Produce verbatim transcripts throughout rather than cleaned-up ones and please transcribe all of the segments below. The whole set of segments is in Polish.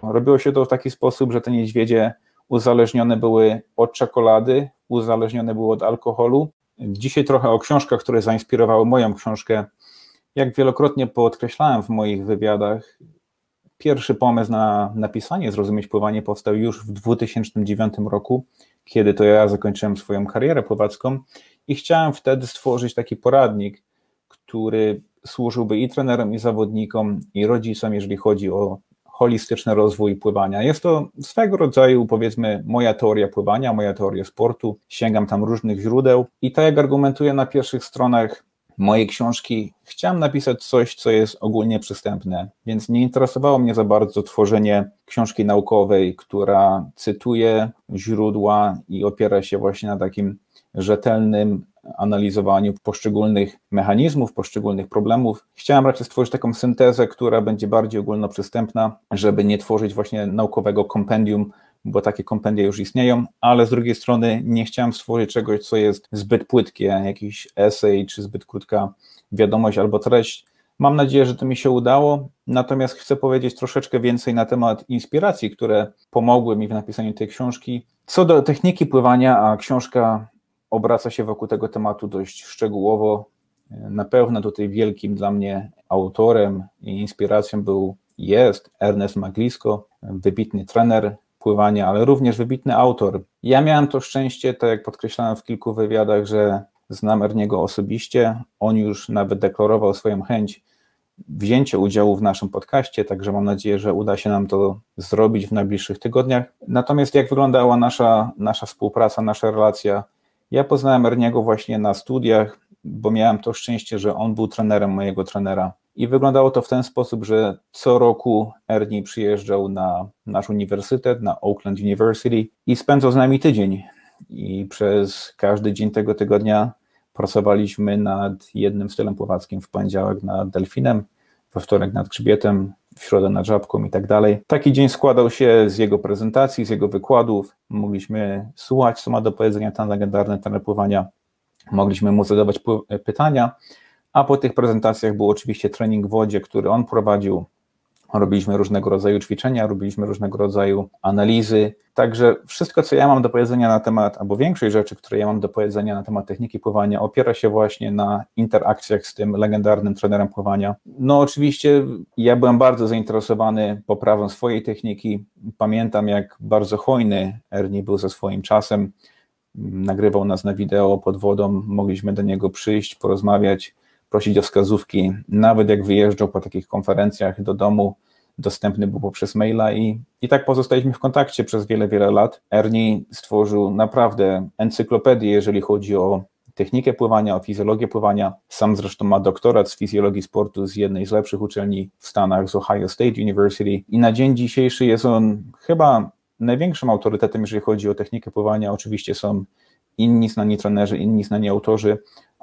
Robiło się to w taki sposób, że te niedźwiedzie uzależnione były od czekolady, uzależnione były od alkoholu. Dzisiaj trochę o książkach, które zainspirowały moją książkę. Jak wielokrotnie podkreślałem w moich wywiadach, pierwszy pomysł na napisanie Zrozumieć pływanie powstał już w dwa tysiące dziewiątym roku, kiedy to ja zakończyłem swoją karierę pływacką i chciałem wtedy stworzyć taki poradnik, który służyłby i trenerom, i zawodnikom, i rodzicom, jeżeli chodzi o holistyczny rozwój pływania. Jest to swego rodzaju, powiedzmy, moja teoria pływania, moja teoria sportu. Sięgam tam różnych źródeł i tak jak argumentuję na pierwszych stronach mojej książki, chciałem napisać coś, co jest ogólnie przystępne, więc nie interesowało mnie za bardzo tworzenie książki naukowej, która cytuje źródła i opiera się właśnie na takim rzetelnym analizowaniu poszczególnych mechanizmów, poszczególnych problemów. Chciałem raczej stworzyć taką syntezę, która będzie bardziej ogólnoprzystępna, żeby nie tworzyć właśnie naukowego kompendium, bo takie kompendia już istnieją, ale z drugiej strony nie chciałem stworzyć czegoś, co jest zbyt płytkie, jakiś esej czy zbyt krótka wiadomość albo treść. Mam nadzieję, że to mi się udało, natomiast chcę powiedzieć troszeczkę więcej na temat inspiracji, które pomogły mi w napisaniu tej książki. Co do techniki pływania, a książka obraca się wokół tego tematu dość szczegółowo. Na pewno tutaj wielkim dla mnie autorem i inspiracją był, jest Ernest Maglisko, wybitny trener pływania, ale również wybitny autor. Ja miałem to szczęście, tak jak podkreślałem w kilku wywiadach, że znam Erniego osobiście. On już nawet deklarował swoją chęć wzięcia udziału w naszym podcaście, także mam nadzieję, że uda się nam to zrobić w najbliższych tygodniach. Natomiast jak wyglądała nasza, nasza współpraca, nasza relacja? Ja poznałem Erniego właśnie na studiach, bo miałem to szczęście, że on był trenerem mojego trenera. I wyglądało to w ten sposób, że co roku Ernie przyjeżdżał na nasz uniwersytet, na Oakland University i spędzał z nami tydzień. I przez każdy dzień tego tygodnia pracowaliśmy nad jednym stylem pływackim. W poniedziałek nad delfinem, we wtorek nad grzbietem, w środę nad żabką i tak dalej. Taki dzień składał się z jego prezentacji, z jego wykładów. Mogliśmy słuchać, co ma do powiedzenia ten legendarny trener pływania. Mogliśmy mu zadawać pytania, a po tych prezentacjach był oczywiście trening w wodzie, który on prowadził. Robiliśmy różnego rodzaju ćwiczenia, robiliśmy różnego rodzaju analizy. Także wszystko, co ja mam do powiedzenia na temat, albo większość rzeczy, które ja mam do powiedzenia na temat techniki pływania, opiera się właśnie na interakcjach z tym legendarnym trenerem pływania. No oczywiście ja byłem bardzo zainteresowany poprawą swojej techniki. Pamiętam, jak bardzo hojny Ernie był ze swoim czasem. Nagrywał nas na wideo pod wodą, mogliśmy do niego przyjść, porozmawiać, prosić o wskazówki, nawet jak wyjeżdżał po takich konferencjach do domu, dostępny był poprzez maila i, i tak pozostaliśmy w kontakcie przez wiele, wiele lat. Ernie stworzył naprawdę encyklopedię, jeżeli chodzi o technikę pływania, o fizjologię pływania. Sam zresztą ma doktorat z fizjologii sportu z jednej z lepszych uczelni w Stanach, z Ohio State University i na dzień dzisiejszy jest on chyba największym autorytetem, jeżeli chodzi o technikę pływania. Oczywiście są inni znani trenerzy, inni znani autorzy,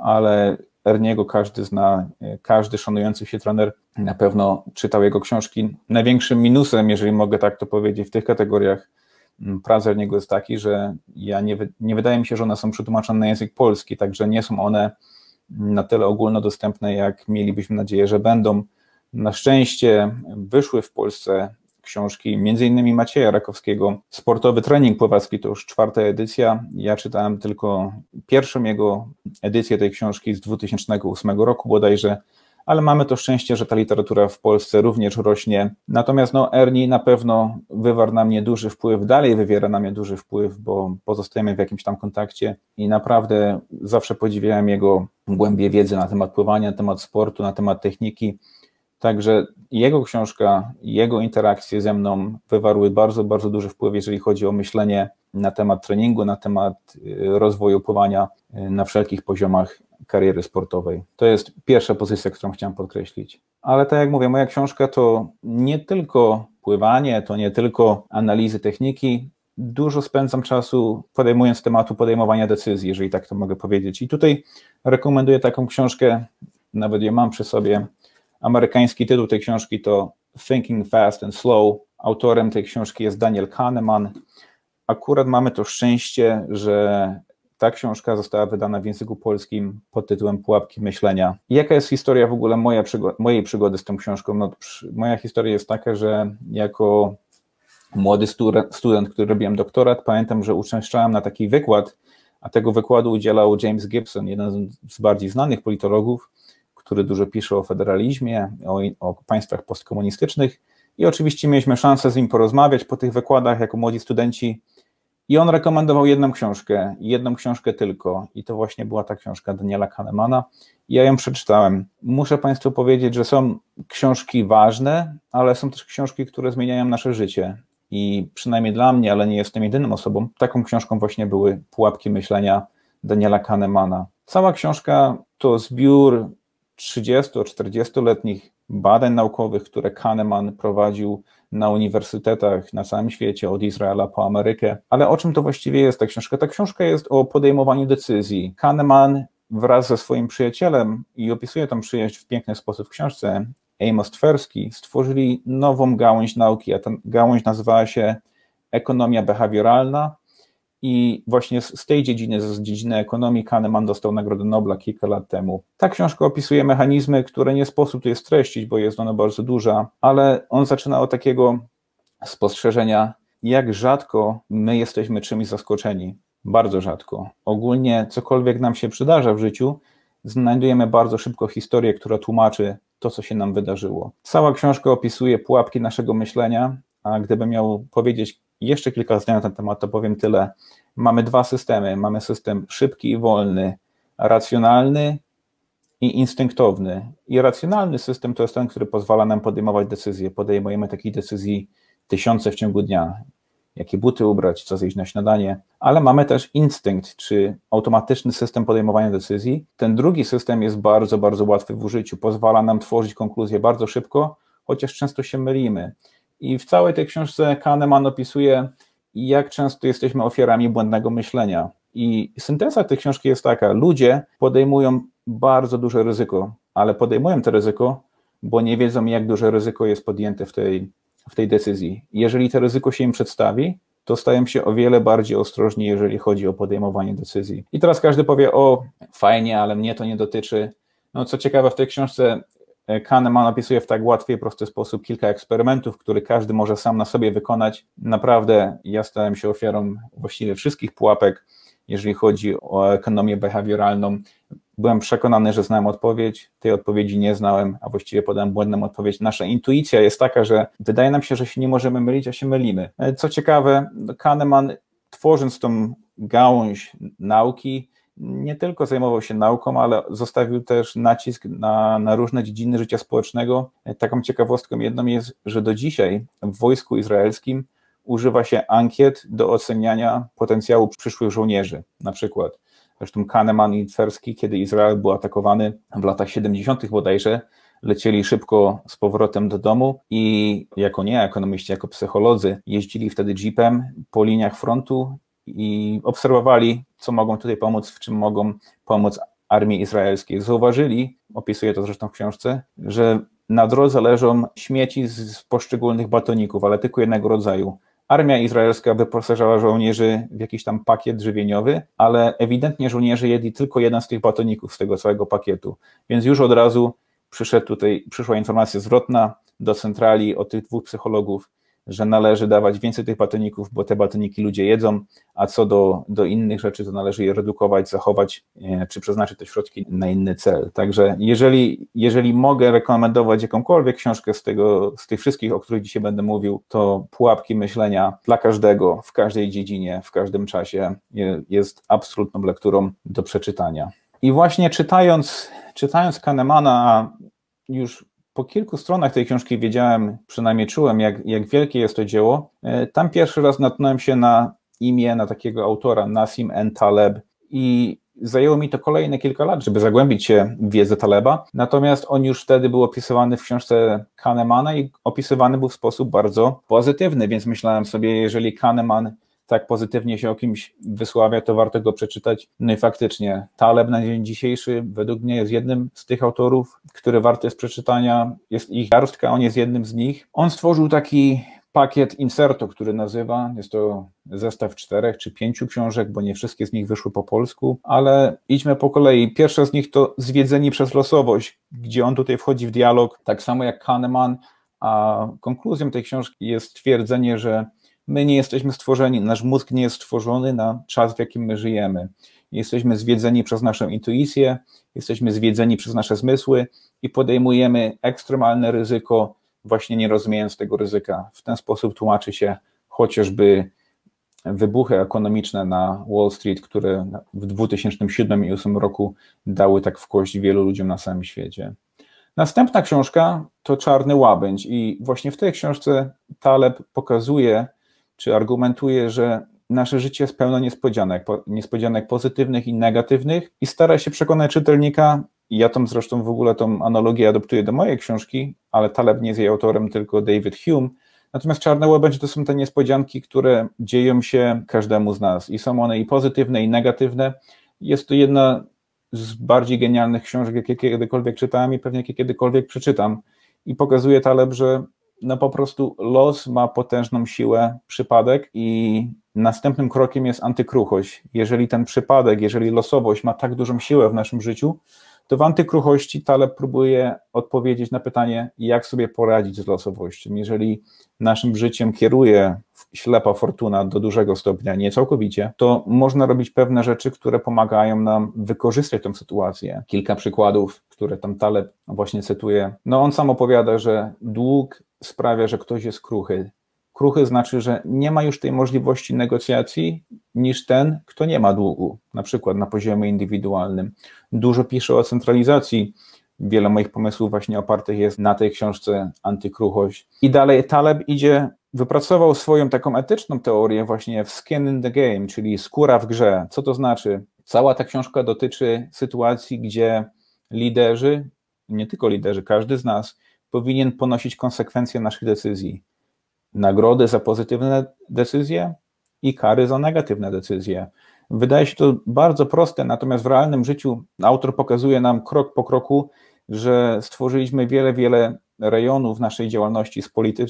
ale Erniego każdy zna, każdy szanujący się trener na pewno czytał jego książki. Największym minusem, jeżeli mogę tak to powiedzieć, w tych kategoriach prac Erniego jest taki, że ja nie, nie wydaje mi się, że one są przetłumaczone na język polski, także nie są one na tyle ogólnodostępne, jak mielibyśmy nadzieję, że będą. Na szczęście wyszły w Polsce książki, między innymi Macieja Rakowskiego, Sportowy trening pływacki, to już czwarta edycja. Ja czytałem tylko pierwszą jego edycję tej książki z dwa tysiące ósmego roku bodajże, ale mamy to szczęście, że ta literatura w Polsce również rośnie. Natomiast no, Ernie na pewno wywarł na mnie duży wpływ, dalej wywiera na mnie duży wpływ, bo pozostajemy w jakimś tam kontakcie i naprawdę zawsze podziwiałem jego głębię wiedzy na temat pływania, na temat sportu, na temat techniki. Także jego książka, jego interakcje ze mną wywarły bardzo, bardzo duży wpływ, jeżeli chodzi o myślenie na temat treningu, na temat rozwoju pływania na wszelkich poziomach kariery sportowej. To jest pierwsza pozycja, którą chciałem podkreślić. Ale tak jak mówię, moja książka to nie tylko pływanie, to nie tylko analizy techniki. Dużo spędzam czasu podejmując tematu podejmowania decyzji, jeżeli tak to mogę powiedzieć. I tutaj rekomenduję taką książkę, nawet ją mam przy sobie. Amerykański tytuł tej książki to Thinking Fast and Slow. Autorem tej książki jest Daniel Kahneman. Akurat mamy to szczęście, że ta książka została wydana w języku polskim pod tytułem Pułapki myślenia. I jaka jest historia w ogóle moja przygo- mojej przygody z tą książką? No, moja historia jest taka, że jako młody student, student, który robiłem doktorat, pamiętam, że uczęszczałem na taki wykład, a tego wykładu udzielał James Gibson, jeden z bardziej znanych politologów, który dużo pisze o federalizmie, o, o państwach postkomunistycznych i oczywiście mieliśmy szansę z nim porozmawiać po tych wykładach jako młodzi studenci i on rekomendował jedną książkę, jedną książkę tylko i to właśnie była ta książka Daniela Kahnemana. Ja ją przeczytałem. Muszę Państwu powiedzieć, że są książki ważne, ale są też książki, które zmieniają nasze życie i przynajmniej dla mnie, ale nie jestem jedyną osobą, taką książką właśnie były Pułapki myślenia Daniela Kahnemana. Cała książka to zbiór trzydziesto-czterdziestoletnich badań naukowych, które Kahneman prowadził na uniwersytetach na całym świecie, od Izraela po Amerykę. Ale o czym to właściwie jest ta książka? Ta książka jest o podejmowaniu decyzji. Kahneman wraz ze swoim przyjacielem, i opisuje tą przyjaźń w piękny sposób w książce, Amos Tversky, stworzyli nową gałąź nauki, a ta gałąź nazywała się ekonomia behawioralna. I właśnie z tej dziedziny, z dziedziny ekonomii, Kahneman dostał Nagrodę Nobla kilka lat temu. Ta książka opisuje mechanizmy, które nie sposób tu jest streścić, bo jest ona bardzo duża, ale on zaczyna od takiego spostrzeżenia, jak rzadko my jesteśmy czymś zaskoczeni. Bardzo rzadko. Ogólnie cokolwiek nam się przydarza w życiu, znajdujemy bardzo szybko historię, która tłumaczy to, co się nam wydarzyło. Cała książka opisuje pułapki naszego myślenia, a gdybym miał powiedzieć jeszcze kilka zdań na ten temat, to powiem tyle. Mamy dwa systemy. Mamy system szybki i wolny, racjonalny i instynktowny. I racjonalny system to jest ten, który pozwala nam podejmować decyzje. Podejmujemy takich decyzji tysiące w ciągu dnia. Jakie buty ubrać, co zjeść na śniadanie. Ale mamy też instynkt, czy automatyczny system podejmowania decyzji. Ten drugi system jest bardzo, bardzo łatwy w użyciu. Pozwala nam tworzyć konkluzje bardzo szybko, chociaż często się mylimy. I w całej tej książce Kahneman opisuje, jak często jesteśmy ofiarami błędnego myślenia. I synteza tej książki jest taka, ludzie podejmują bardzo duże ryzyko, ale podejmują to ryzyko, bo nie wiedzą, jak duże ryzyko jest podjęte w tej, w tej decyzji. Jeżeli to ryzyko się im przedstawi, to stają się o wiele bardziej ostrożni, jeżeli chodzi o podejmowanie decyzji. I teraz każdy powie, o fajnie, ale mnie to nie dotyczy. No co ciekawe, w tej książce Kahneman opisuje w tak łatwy i prosty sposób kilka eksperymentów, które każdy może sam na sobie wykonać. Naprawdę ja stałem się ofiarą właściwie wszystkich pułapek, jeżeli chodzi o ekonomię behawioralną. Byłem przekonany, że znam odpowiedź, tej odpowiedzi nie znałem, a właściwie podałem błędną odpowiedź. Nasza intuicja jest taka, że wydaje nam się, że się nie możemy mylić, a się mylimy. Co ciekawe, Kahneman, tworząc tą gałąź nauki, nie tylko zajmował się nauką, ale zostawił też nacisk na, na różne dziedziny życia społecznego. Taką ciekawostką jedną jest, że do dzisiaj w wojsku izraelskim używa się ankiet do oceniania potencjału przyszłych żołnierzy, na przykład. Zresztą Kahneman i Tversky, kiedy Izrael był atakowany w latach siedemdziesiątych bodajże, lecieli szybko z powrotem do domu i jako nie ekonomiści, jako psycholodzy jeździli wtedy jeepem po liniach frontu i obserwowali, co mogą tutaj pomóc, w czym mogą pomóc armii izraelskiej. Zauważyli, opisuje to zresztą w książce, że na drodze leżą śmieci z poszczególnych batoników, ale tylko jednego rodzaju. Armia izraelska wyposażała żołnierzy w jakiś tam pakiet żywieniowy, ale ewidentnie żołnierze jedli tylko jeden z tych batoników z tego całego pakietu. Więc już od razu przyszedł tutaj, przyszła informacja zwrotna do centrali od tych dwóch psychologów, że należy dawać więcej tych batoników, bo te batoniki ludzie jedzą, a co do, do innych rzeczy, to należy je redukować, zachować, e, czy przeznaczyć te środki na inny cel. Także jeżeli, jeżeli mogę rekomendować jakąkolwiek książkę z, tego, z tych wszystkich, o których dzisiaj będę mówił, to Pułapki myślenia dla każdego, w każdej dziedzinie, w każdym czasie je, jest absolutną lekturą do przeczytania. I właśnie czytając, czytając Kahnemana, a już po kilku stronach tej książki wiedziałem, przynajmniej czułem, jak, jak wielkie jest to dzieło. Tam pierwszy raz natknąłem się na imię, na takiego autora, Nassim N. Taleb, i zajęło mi to kolejne kilka lat, żeby zagłębić się w wiedzę Taleba, natomiast on już wtedy był opisywany w książce Kahnemana i opisywany był w sposób bardzo pozytywny, więc myślałem sobie, jeżeli Kahneman tak pozytywnie się o kimś wysławia, to warto go przeczytać. No i faktycznie Taleb na dzień dzisiejszy według mnie jest jednym z tych autorów, który warto jest przeczytania. Jest ich garstka, on jest jednym z nich. On stworzył taki pakiet inserto, który nazywa, jest to zestaw czterech czy pięciu książek, bo nie wszystkie z nich wyszły po polsku, ale idźmy po kolei. Pierwsza z nich to Zwiedzeni przez losowość, gdzie on tutaj wchodzi w dialog, tak samo jak Kahneman, a konkluzją tej książki jest twierdzenie, że My nie jesteśmy stworzeni, nasz mózg nie jest stworzony na czas, w jakim my żyjemy. Jesteśmy zwiedzeni przez naszą intuicję, jesteśmy zwiedzeni przez nasze zmysły i podejmujemy ekstremalne ryzyko, właśnie nie rozumiejąc tego ryzyka. W ten sposób tłumaczy się chociażby wybuchy ekonomiczne na Wall Street, które w dwa tysiące siódmym i dwa tysiące ósmym roku dały tak w kość wielu ludziom na całym świecie. Następna książka to Czarny Łabędź i właśnie w tej książce Taleb pokazuje, czy argumentuje, że nasze życie jest pełno niespodzianek, niespodzianek pozytywnych i negatywnych i stara się przekonać czytelnika, i ja tam zresztą w ogóle tą analogię adoptuję do mojej książki, ale Taleb nie jest jej autorem, tylko David Hume. Natomiast Czarny Łabędź to są te niespodzianki, które dzieją się każdemu z nas i są one i pozytywne, i negatywne. Jest to jedna z bardziej genialnych książek, jakie kiedykolwiek czytałem i pewnie jakie kiedykolwiek przeczytam. I pokazuje Taleb, że no po prostu los ma potężną siłę, przypadek i następnym krokiem jest antykruchość. Jeżeli ten przypadek, jeżeli losowość ma tak dużą siłę w naszym życiu, to w antykruchości Taleb próbuje odpowiedzieć na pytanie, jak sobie poradzić z losowością. Jeżeli naszym życiem kieruje ślepa fortuna do dużego stopnia, nie całkowicie, to można robić pewne rzeczy, które pomagają nam wykorzystać tę sytuację. Kilka przykładów, które tam Taleb właśnie cytuje. No on sam opowiada, że dług sprawia, że ktoś jest kruchy. Kruchy znaczy, że nie ma już tej możliwości negocjacji niż ten, kto nie ma długu, na przykład na poziomie indywidualnym. Dużo pisze o centralizacji. Wiele moich pomysłów właśnie opartych jest na tej książce Antykruchość. I dalej Taleb idzie, wypracował swoją taką etyczną teorię właśnie w Skin in the Game, czyli skóra w grze. Co to znaczy? Cała ta książka dotyczy sytuacji, gdzie liderzy, nie tylko liderzy, każdy z nas powinien ponosić konsekwencje naszych decyzji. Nagrody za pozytywne decyzje i kary za negatywne decyzje. Wydaje się to bardzo proste, natomiast w realnym życiu autor pokazuje nam krok po kroku, że stworzyliśmy wiele, wiele rejonów naszej działalności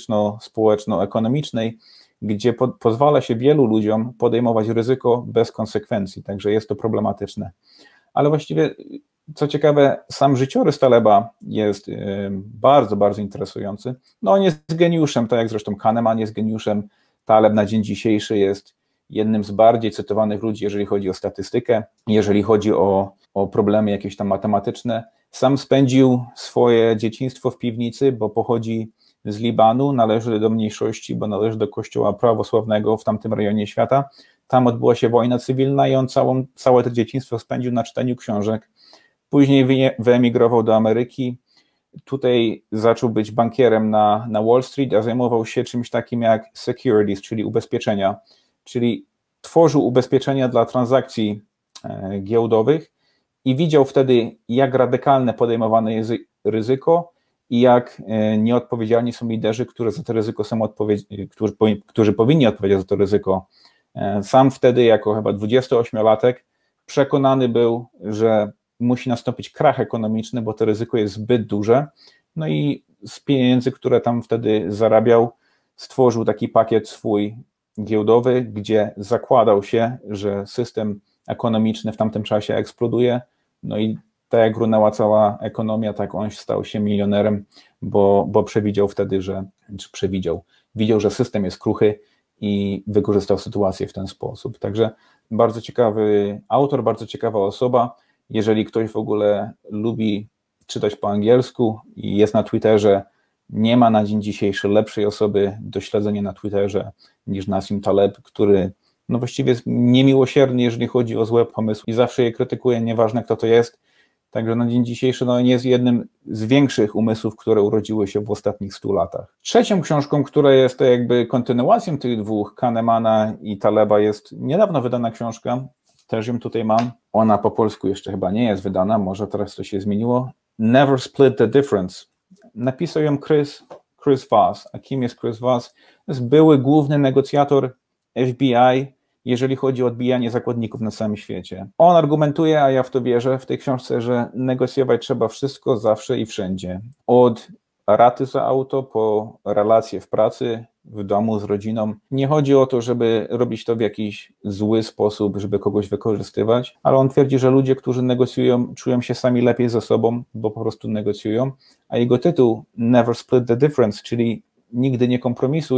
polityczno-społeczno-ekonomicznej, gdzie po, pozwala się wielu ludziom podejmować ryzyko bez konsekwencji, także jest to problematyczne. Ale właściwie, co ciekawe, sam życiorys Taleba jest y, bardzo, bardzo interesujący. No on jest geniuszem, tak jak zresztą Kahneman jest geniuszem. Taleb na dzień dzisiejszy jest jednym z bardziej cytowanych ludzi, jeżeli chodzi o statystykę, jeżeli chodzi o, o problemy jakieś tam matematyczne. Sam spędził swoje dzieciństwo w piwnicy, bo pochodzi z Libanu, należy do mniejszości, bo należy do kościoła prawosławnego w tamtym rejonie świata. Tam odbyła się wojna cywilna i on całą, całe to dzieciństwo spędził na czytaniu książek. Później wyemigrował do Ameryki. Tutaj zaczął być bankierem na, na Wall Street, a zajmował się czymś takim jak securities, czyli ubezpieczenia. Czyli tworzył ubezpieczenia dla transakcji e, giełdowych i widział wtedy, jak radykalne podejmowane jest ryzyko i jak e, nieodpowiedzialni są liderzy, którzy za to ryzyko są odpowiedzi, którzy, którzy powinni odpowiedzieć za to ryzyko. E, sam wtedy, jako chyba dwudziestoośmiolatek, przekonany był, że musi nastąpić krach ekonomiczny, bo to ryzyko jest zbyt duże. No i z pieniędzy, które tam wtedy zarabiał, stworzył taki pakiet swój giełdowy, gdzie zakładał się, że system ekonomiczny w tamtym czasie eksploduje, no i tak jak runęła cała ekonomia, tak on stał się milionerem, bo, bo przewidział wtedy, że, czy przewidział, widział, że system jest kruchy i wykorzystał sytuację w ten sposób. Także bardzo ciekawy autor, bardzo ciekawa osoba. Jeżeli ktoś w ogóle lubi czytać po angielsku i jest na Twitterze, nie ma na dzień dzisiejszy lepszej osoby do śledzenia na Twitterze niż Nassim Taleb, który no właściwie jest niemiłosierny, jeżeli chodzi o złe pomysły i zawsze je krytykuje, nieważne kto to jest. Także na dzień dzisiejszy no, jest jednym z większych umysłów, które urodziły się w ostatnich stu latach. Trzecią książką, która jest to jakby kontynuacją tych dwóch, Kahnemana i Taleba, jest niedawno wydana książka, też ją tutaj mam. Ona po polsku jeszcze chyba nie jest wydana, może teraz to się zmieniło. Never Split the Difference. Napisał ją Chris, Chris Voss. A kim jest Chris Voss? To jest były główny negocjator F B I, jeżeli chodzi o odbijanie zakładników na całym świecie. On argumentuje, a ja w to wierzę w tej książce, że negocjować trzeba wszystko, zawsze i wszędzie. Od raty za auto po relacje w pracy, w domu, z rodziną. Nie chodzi o to, żeby robić to w jakiś zły sposób, żeby kogoś wykorzystywać, ale on twierdzi, że ludzie, którzy negocjują, czują się sami lepiej ze sobą, bo po prostu negocjują, a jego tytuł Never Split the Difference, czyli nigdy nie kompromisuj,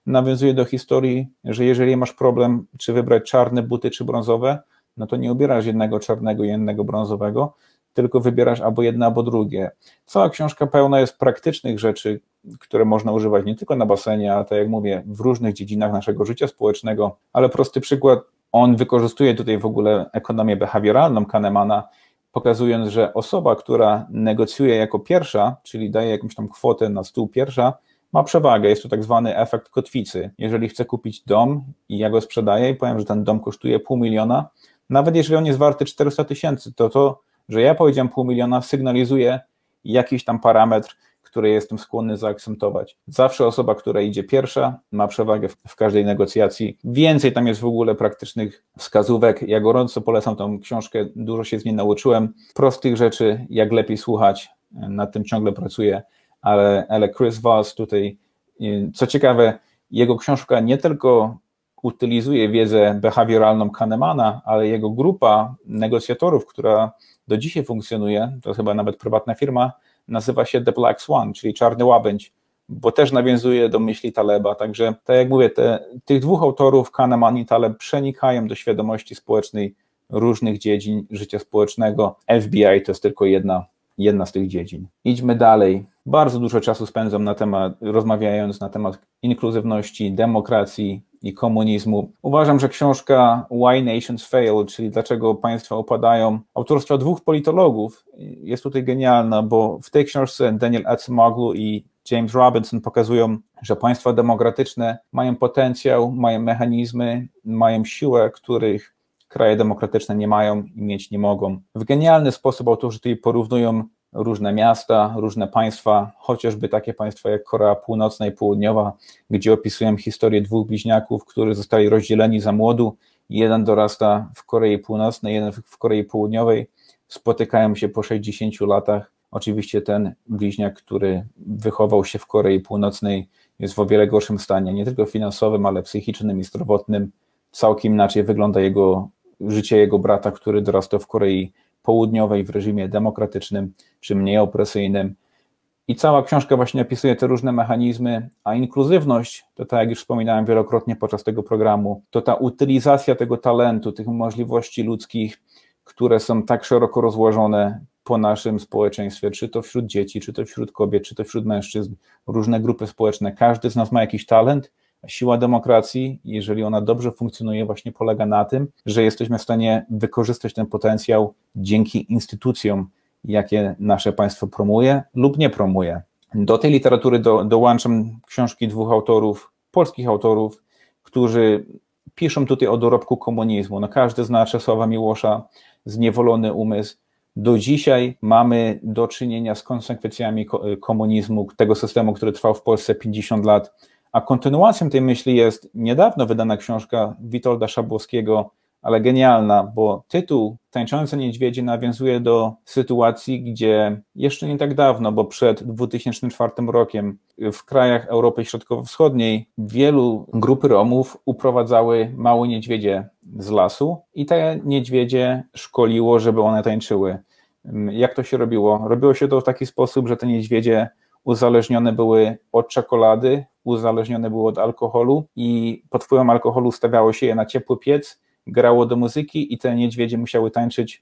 nawiązuje do historii, że jeżeli masz problem, czy wybrać czarne buty, czy brązowe, no to nie ubierasz jednego czarnego i jednego brązowego, tylko wybierasz albo jedno, albo drugie. Cała książka pełna jest praktycznych rzeczy, które można używać nie tylko na basenie, ale tak jak mówię, w różnych dziedzinach naszego życia społecznego, ale prosty przykład, on wykorzystuje tutaj w ogóle ekonomię behawioralną Kahnemana, pokazując, że osoba, która negocjuje jako pierwsza, czyli daje jakąś tam kwotę na stół pierwsza, ma przewagę, jest to tak zwany efekt kotwicy. Jeżeli chcę kupić dom i ja go sprzedaję i powiem, że ten dom kosztuje pół miliona, nawet jeżeli on jest warty czterysta tysięcy, to to, że ja powiedziałem pół miliona, sygnalizuje jakiś tam parametr, który jestem skłonny zaakceptować. Zawsze osoba, która idzie pierwsza, ma przewagę w, w każdej negocjacji. Więcej tam jest w ogóle praktycznych wskazówek. Ja gorąco polecam tą książkę, dużo się z niej nauczyłem. Prostych rzeczy, jak lepiej słuchać, nad tym ciągle pracuję, ale, ale Chris Voss tutaj, co ciekawe, jego książka nie tylko utylizuje wiedzę behawioralną Kahnemana, ale jego grupa negocjatorów, która do dzisiaj funkcjonuje, to chyba nawet prywatna firma, nazywa się The Black Swan, czyli Czarny Łabędź, bo też nawiązuje do myśli Taleba. Także, tak jak mówię, te, tych dwóch autorów, Kahneman i Taleb, przenikają do świadomości społecznej różnych dziedzin życia społecznego. F B I to jest tylko jedna, jedna z tych dziedzin. Idźmy dalej. Bardzo dużo czasu spędzam na temat, rozmawiając na temat inkluzywności, demokracji i komunizmu. Uważam, że książka Why Nations Fail, czyli Dlaczego państwa upadają, autorstwa dwóch politologów, jest tutaj genialna, bo w tej książce Daniel Acemoglu i James Robinson pokazują, że państwa demokratyczne mają potencjał, mają mechanizmy, mają siłę, których kraje demokratyczne nie mają i mieć nie mogą. W genialny sposób autorzy tutaj porównują różne miasta, różne państwa, chociażby takie państwa jak Korea Północna i Południowa, gdzie opisują historię dwóch bliźniaków, którzy zostali rozdzieleni za młodu. Jeden dorasta w Korei Północnej, jeden w Korei Południowej. Spotykają się po sześćdziesięciu latach. Oczywiście ten bliźniak, który wychował się w Korei Północnej, jest w o wiele gorszym stanie, nie tylko finansowym, ale psychicznym i zdrowotnym. Całkiem inaczej wygląda jego życie jego brata, który dorastał w Korei Południowej w reżimie demokratycznym czy mniej opresyjnym. I cała książka właśnie opisuje te różne mechanizmy, a inkluzywność, to tak jak już wspominałem wielokrotnie podczas tego programu, to ta utylizacja tego talentu, tych możliwości ludzkich, które są tak szeroko rozłożone po naszym społeczeństwie, czy to wśród dzieci, czy to wśród kobiet, czy to wśród mężczyzn, różne grupy społeczne. Każdy z nas ma jakiś talent. Siła demokracji, jeżeli ona dobrze funkcjonuje, właśnie polega na tym, że jesteśmy w stanie wykorzystać ten potencjał dzięki instytucjom, jakie nasze państwo promuje lub nie promuje. Do tej literatury do, dołączam książki dwóch autorów, polskich autorów, którzy piszą tutaj o dorobku komunizmu. No, każdy zna Czesława Miłosza, Zniewolony umysł. Do dzisiaj mamy do czynienia z konsekwencjami komunizmu, tego systemu, który trwał w Polsce pięćdziesiąt lat. A kontynuacją tej myśli jest niedawno wydana książka Witolda Szabłowskiego, ale genialna, bo tytuł Tańczące niedźwiedzie nawiązuje do sytuacji, gdzie jeszcze nie tak dawno, bo przed dwutysięcznym czwartym rokiem w krajach Europy Środkowo-Wschodniej wielu grup Romów uprowadzały małe niedźwiedzie z lasu i te niedźwiedzie szkoliło, żeby one tańczyły. Jak to się robiło? Robiło się to w taki sposób, że te niedźwiedzie uzależnione były od czekolady, uzależnione były od alkoholu i pod wpływem alkoholu stawiało się je na ciepły piec, grało do muzyki i te niedźwiedzie musiały tańczyć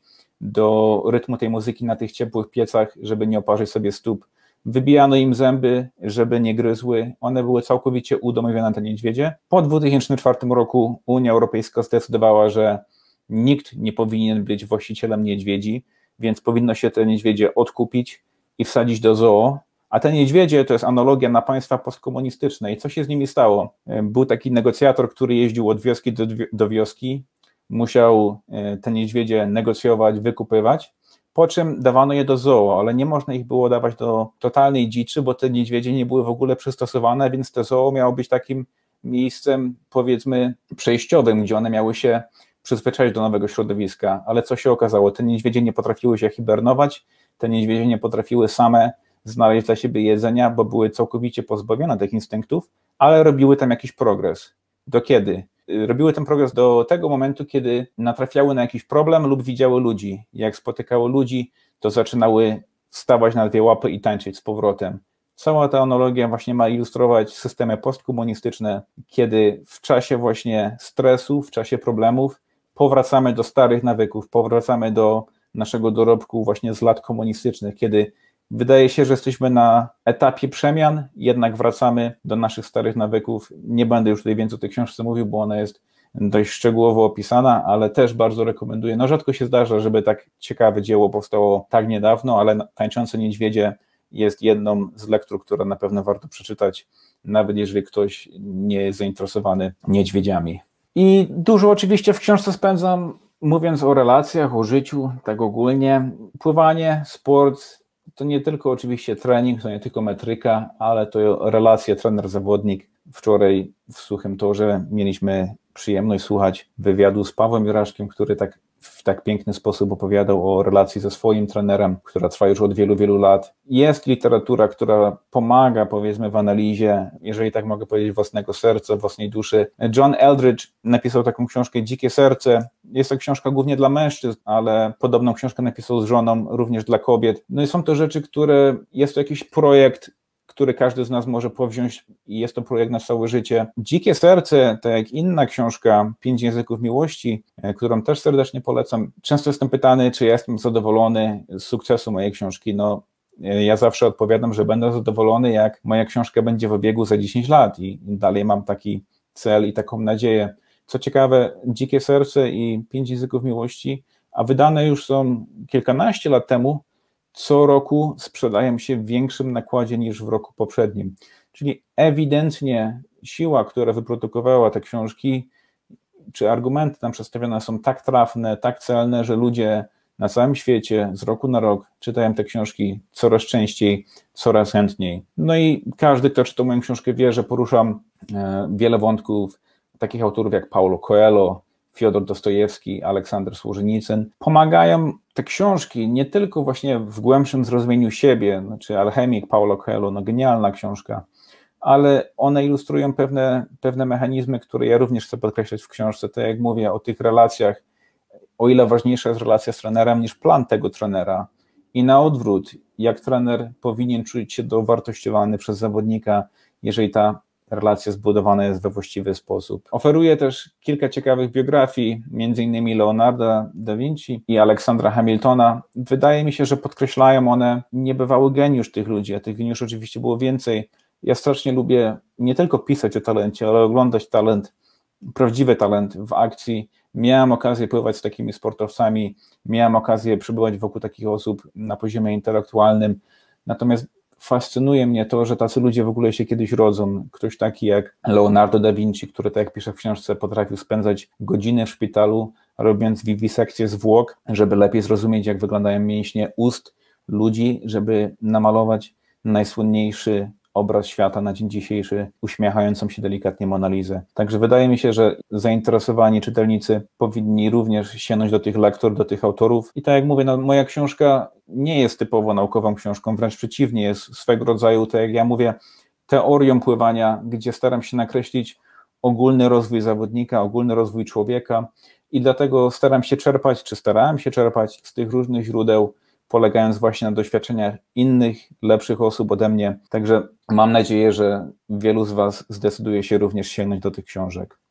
do rytmu tej muzyki na tych ciepłych piecach, żeby nie oparzyć sobie stóp. Wybijano im zęby, żeby nie gryzły. One były całkowicie udomowione, te niedźwiedzie. Po dwutysięcznym czwartym roku Unia Europejska zdecydowała, że nikt nie powinien być właścicielem niedźwiedzi, więc powinno się te niedźwiedzie odkupić i wsadzić do zoo. A te niedźwiedzie to jest analogia na państwa postkomunistyczne. I co się z nimi stało? Był taki negocjator, który jeździł od wioski do, do wioski, musiał te niedźwiedzie negocjować, wykupywać, po czym dawano je do zoo, ale nie można ich było dawać do totalnej dziczy, bo te niedźwiedzie nie były w ogóle przystosowane, więc to zoo miało być takim miejscem, powiedzmy, przejściowym, gdzie one miały się przyzwyczaić do nowego środowiska. Ale co się okazało? Te niedźwiedzie nie potrafiły się hibernować, te niedźwiedzie nie potrafiły same znaleźć dla siebie jedzenia, bo były całkowicie pozbawione tych instynktów, ale robiły tam jakiś progres. Do kiedy? Robiły ten progres do tego momentu, kiedy natrafiały na jakiś problem lub widziały ludzi. Jak spotykały ludzi, to zaczynały wstawać na dwie łapy i tańczyć z powrotem. Cała ta analogia właśnie ma ilustrować systemy postkomunistyczne, kiedy w czasie właśnie stresu, w czasie problemów powracamy do starych nawyków, powracamy do naszego dorobku właśnie z lat komunistycznych, kiedy wydaje się, że jesteśmy na etapie przemian, jednak wracamy do naszych starych nawyków. Nie będę już tutaj więcej o tej książce mówił, bo ona jest dość szczegółowo opisana, ale też bardzo rekomenduję. No rzadko się zdarza, żeby tak ciekawe dzieło powstało tak niedawno, ale Tańczące niedźwiedzie jest jedną z lektur, które na pewno warto przeczytać, nawet jeżeli ktoś nie jest zainteresowany niedźwiedziami. I dużo oczywiście w książce spędzam, mówiąc o relacjach, o życiu, tak ogólnie. Pływanie, sport, to nie tylko oczywiście trening, to nie tylko metryka, ale to relacje trener-zawodnik. Wczoraj w Suchym Torze mieliśmy przyjemność słuchać wywiadu z Pawłem Juraszkiem, który tak w tak piękny sposób opowiadał o relacji ze swoim trenerem, która trwa już od wielu, wielu lat. Jest literatura, która pomaga, powiedzmy, w analizie, jeżeli tak mogę powiedzieć, własnego serca, własnej duszy. John Eldridge napisał taką książkę Dzikie serce. Jest to książka głównie dla mężczyzn, ale podobną książkę napisał z żoną również dla kobiet. No i są to rzeczy, które, jest to jakiś projekt, który każdy z nas może powziąć i jest to projekt na całe życie. Dzikie serce, tak jak inna książka, Pięć języków miłości, którą też serdecznie polecam. Często jestem pytany, czy ja jestem zadowolony z sukcesu mojej książki. No, ja zawsze odpowiadam, że będę zadowolony, jak moja książka będzie w obiegu za dziesięć lat i dalej mam taki cel i taką nadzieję. Co ciekawe, Dzikie serce i Pięć języków miłości, a wydane już są kilkanaście lat temu, co roku sprzedają się w większym nakładzie niż w roku poprzednim. Czyli ewidentnie siła, która wyprodukowała te książki, czy argumenty tam przedstawione są tak trafne, tak celne, że ludzie na całym świecie z roku na rok czytają te książki coraz częściej, coraz chętniej. No i każdy, kto czytał moją książkę, wie, że poruszam wiele wątków takich autorów jak Paulo Coelho, Fiodor Dostojewski, Aleksander Słożenicyn. Pomagają te książki nie tylko właśnie w głębszym zrozumieniu siebie, znaczy Alchemik, Paulo Coelho, no genialna książka, ale one ilustrują pewne, pewne mechanizmy, które ja również chcę podkreślać w książce. Tak jak mówię o tych relacjach, o ile ważniejsza jest relacja z trenerem niż plan tego trenera. I na odwrót, jak trener powinien czuć się dowartościowany przez zawodnika, jeżeli ta relacja zbudowana jest we właściwy sposób. Oferuję też kilka ciekawych biografii, między innymi Leonarda da Vinci i Aleksandra Hamiltona. Wydaje mi się, że podkreślają one niebywały geniusz tych ludzi, a tych geniuszy oczywiście było więcej. Ja strasznie lubię nie tylko pisać o talencie, ale oglądać talent, prawdziwy talent w akcji. Miałem okazję pływać z takimi sportowcami, miałem okazję przebywać wokół takich osób na poziomie intelektualnym, natomiast fascynuje mnie to, że tacy ludzie w ogóle się kiedyś rodzą. Ktoś taki jak Leonardo da Vinci, który, tak jak pisze w książce, potrafił spędzać godziny w szpitalu, robiąc wiwisekcję zwłok, żeby lepiej zrozumieć, jak wyglądają mięśnie ust ludzi, żeby namalować najsłynniejszy obraz świata na dzień dzisiejszy, uśmiechającą się delikatnie Mona Lizę. Także wydaje mi się, że zainteresowani czytelnicy powinni również sięgnąć do tych lektur, do tych autorów. I tak jak mówię, no, moja książka nie jest typowo naukową książką, wręcz przeciwnie, jest swego rodzaju, tak jak ja mówię, teorią pływania, gdzie staram się nakreślić ogólny rozwój zawodnika, ogólny rozwój człowieka i dlatego staram się czerpać, czy starałem się czerpać z tych różnych źródeł, polegając właśnie na doświadczeniach innych, lepszych osób ode mnie. Także mam nadzieję, że wielu z Was zdecyduje się również sięgnąć do tych książek.